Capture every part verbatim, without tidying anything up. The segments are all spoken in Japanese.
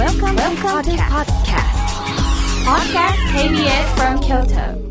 Welcome, Welcome to podcast. Podcast ケービーエス from Kyoto.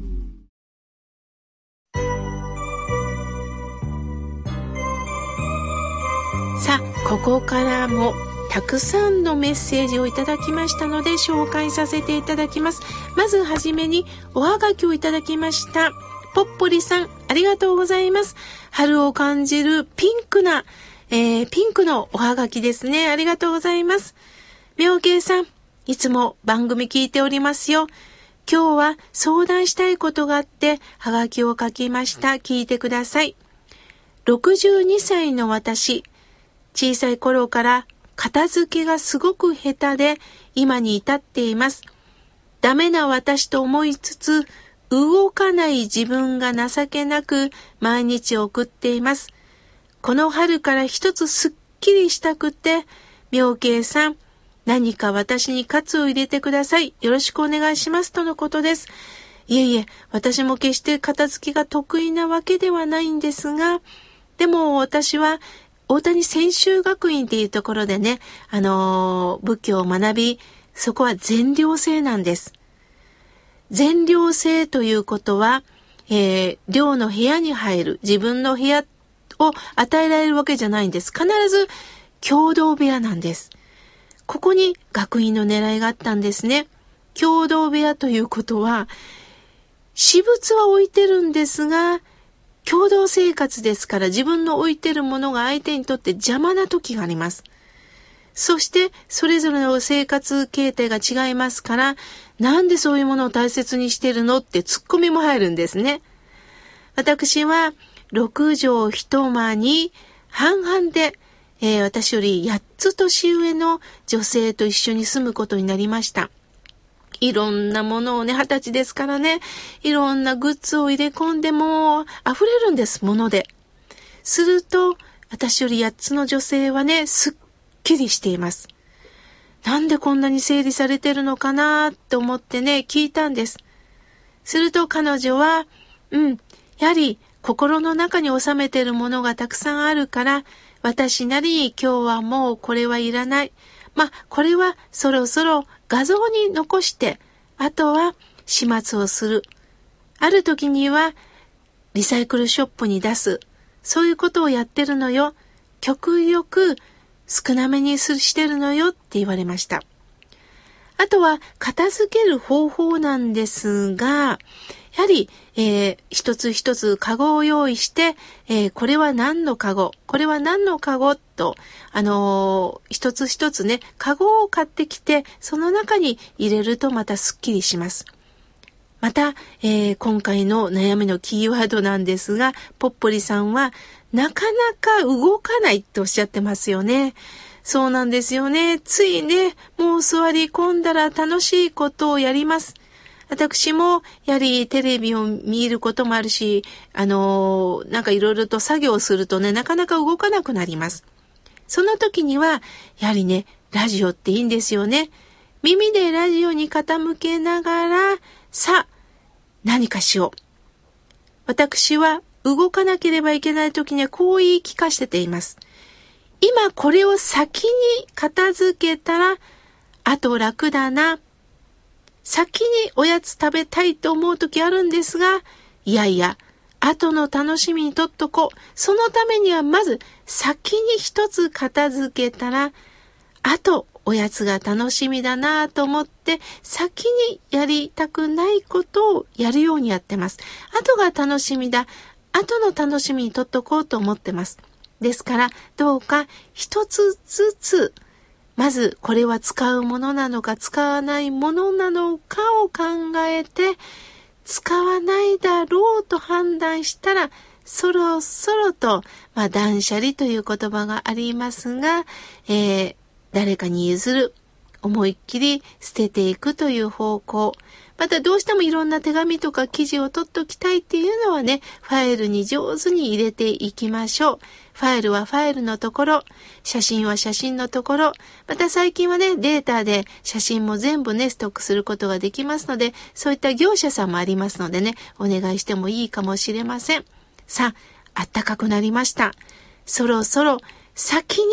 さあ、ここからもたくさんのメッセージをいただきましたので紹介させていただきます。まずはじめにおはがきをいただきました。ぽっぽりさん、ありがとうございます。春を感じるピンクな、えー、ピンクのおはがきですね。ありがとうございます。妙慶さん、いつも番組聞いておりますよ。今日は相談したいことがあってはがきを書きました。聞いてください。ろくじゅうにさいの私、小さい頃から片付けがすごく下手で今に至っています。ダメな私と思いつつ、動かない自分が情けなく毎日送っています。この春から一つすっきりしたくて、妙慶さん、何か私に喝を入れてください。よろしくお願いしますとのことです。いえいえ、私も決して片付けが得意なわけではないんですが、でも私は大谷専修学院っていうところでね、あのー、仏教を学び、そこは全寮制なんです。全寮制ということは、えー、寮の部屋に入る、自分の部屋を与えられるわけじゃないんです。必ず共同部屋なんです。ここに学院の狙いがあったんですね。共同部屋ということは、私物は置いてるんですが、共同生活ですから自分の置いてるものが相手にとって邪魔な時があります。そしてそれぞれの生活形態が違いますから、なんでそういうものを大切にしてるのってツッコミも入るんですね。私はろくじょういち間に半々で、えー、私よりやっつ年上の女性と一緒に住むことになりました。いろんなものをね、二十歳ですからね、いろんなグッズを入れ込んでも溢れるんです、もので。すると、私よりやっつの女性はね、すっきりしています。なんでこんなに整理されてるのかなって思ってね、聞いたんです。すると彼女は、うん、やはり心の中に収めてるものがたくさんあるから、私なりに今日はもうこれはいらない。まあ、これはそろそろ画像に残して、あとは始末をする。ある時にはリサイクルショップに出す。そういうことをやってるのよ。極力少なめにしてるのよって言われました。あとは片付ける方法なんですが、やはり、えー、一つ一つカゴを用意して、えー、これは何のカゴ、これは何のカゴと、あのー、一つ一つね、カゴを買ってきて、その中に入れるとまたすっきりします。また、えー、今回の悩みのキーワードなんですが、ぽっぽりさんは、なかなか動かないっておっしゃってますよね。そうなんですよね。ついね、もう座り込んだら楽しいことをやります。私もやはりテレビを見ることもあるし、あのー、なんかいろいろと作業をするとね、なかなか動かなくなります。その時には、やはりね、ラジオっていいんですよね。耳でラジオに傾けながら、さあ、何かしよう。私は動かなければいけない時にはこう言い聞かせています。今これを先に片付けたら、あと楽だな。先におやつ食べたいと思う時あるんですが、いやいや、後の楽しみにとっとこう。そのためにはまず先に一つ片付けたら、あとおやつが楽しみだなと思って、先にやりたくないことをやるようにやってます。後が楽しみだ。後の楽しみにとっとこうと思ってます。ですから、どうか一つずつ、まずこれは使うものなのか使わないものなのかを考えて、使わないだろうと判断したら、そろそろと、まあ、断捨離という言葉がありますが、えー、誰かに譲る、思いっきり捨てていくという方向。またどうしてもいろんな手紙とか記事を取っておきたいっていうのはね、ファイルに上手に入れていきましょう。ファイルはファイルのところ、写真は写真のところ、また最近はね、データで写真も全部ね、ストックすることができますので、そういった業者さんもありますのでね、お願いしてもいいかもしれません。さあ、あったかくなりました。そろそろ先に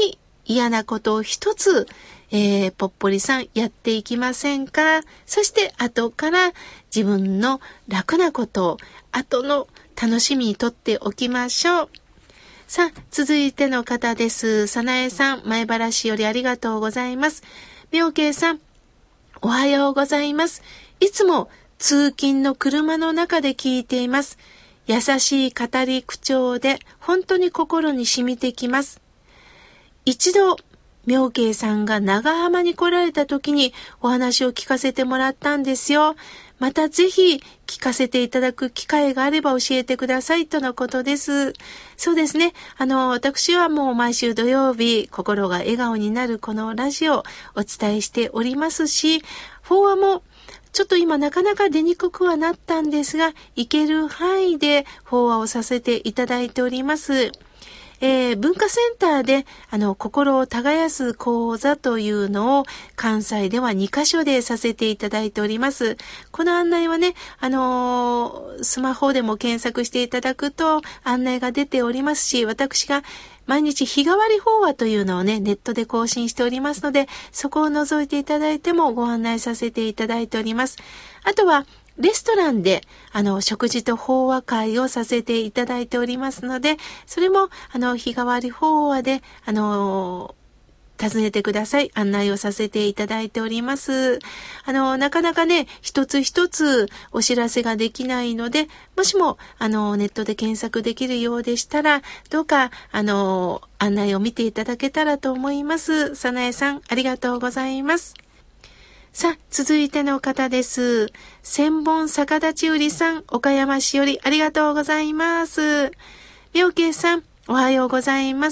嫌なことを一つ、えー、ぽっぽりさんやっていきませんか？そして後から自分の楽なことを後の楽しみにとっておきましょう。さあ、続いての方です。さなえさん、前原市よりありがとうございます。みょうけいさん、おはようございます。いつも通勤の車の中で聞いています。優しい語り口調で本当に心に染みてきます。一度、妙慶さんが長浜に来られた時にお話を聞かせてもらったんですよ。またぜひ聞かせていただく機会があれば教えてくださいとのことです。そうですね。あの、私はもう毎週土曜日、心が笑顔になるこのラジオをお伝えしておりますし、フォアもちょっと今なかなか出にくくはなったんですが、行ける範囲でフォアをさせていただいております。えー、文化センターであの心を耕す講座というのを関西ではにカ所でさせていただいております。この案内はね、あのー、スマホでも検索していただくと案内が出ておりますし、私が毎日日替わり法話というのをね、ネットで更新しておりますので、そこを覗いていただいてもご案内させていただいております。あとはレストランで、あの、食事と法話会をさせていただいておりますので、それも、あの、日替わり法話で、あの、訪ねてください。案内をさせていただいております。あの、なかなかね、一つ一つお知らせができないので、もしも、あの、ネットで検索できるようでしたら、どうか、あの、案内を見ていただけたらと思います。さなえさん、ありがとうございます。さあ、続いての方です。千本逆立ち売りさん、岡山市よりありがとうございます。みょうけいさん、おはようございます。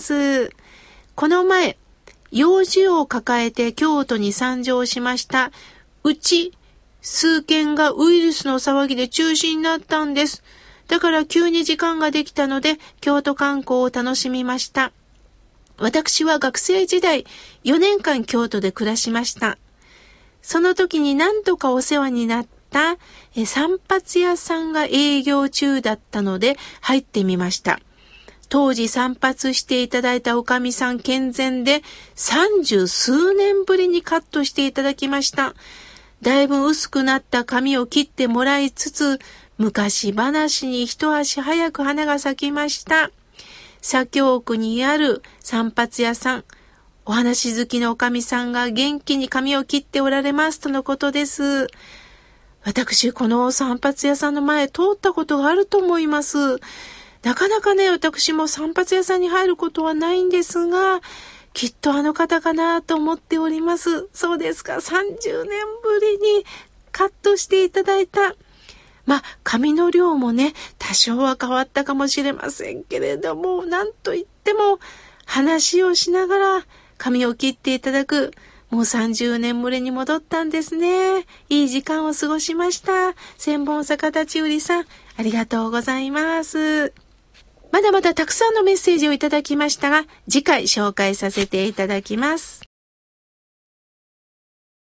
この前、用事を抱えて京都に参上しました。うち、数件がウイルスの騒ぎで中止になったんです。だから急に時間ができたので、京都観光を楽しみました。私は学生時代、よねんかん京都で暮らしました。その時に何度かお世話になったえ散髪屋さんが営業中だったので入ってみました。当時散髪していただいたおかみさん健全で三十数年ぶりにカットしていただきました。だいぶ薄くなった髪を切ってもらいつつ、昔話に一足早く花が咲きました。左京区にある散髪屋さん。お話好きのおかみさんが元気に髪を切っておられますとのことです。私、この散髪屋さんの前通ったことがあると思います。なかなかね、私も散髪屋さんに入ることはないんですが、きっとあの方かなと思っております。そうですか、さんじゅうねんぶりにカットしていただいた。まあ、髪の量もね、多少は変わったかもしれませんけれども、なんといっても話をしながら髪を切っていただく、もうさんじゅうねんぶりに戻ったんですね。いい時間を過ごしました。千本逆立ち売りさん、ありがとうございます。まだまだたくさんのメッセージをいただきましたが、次回紹介させていただきます。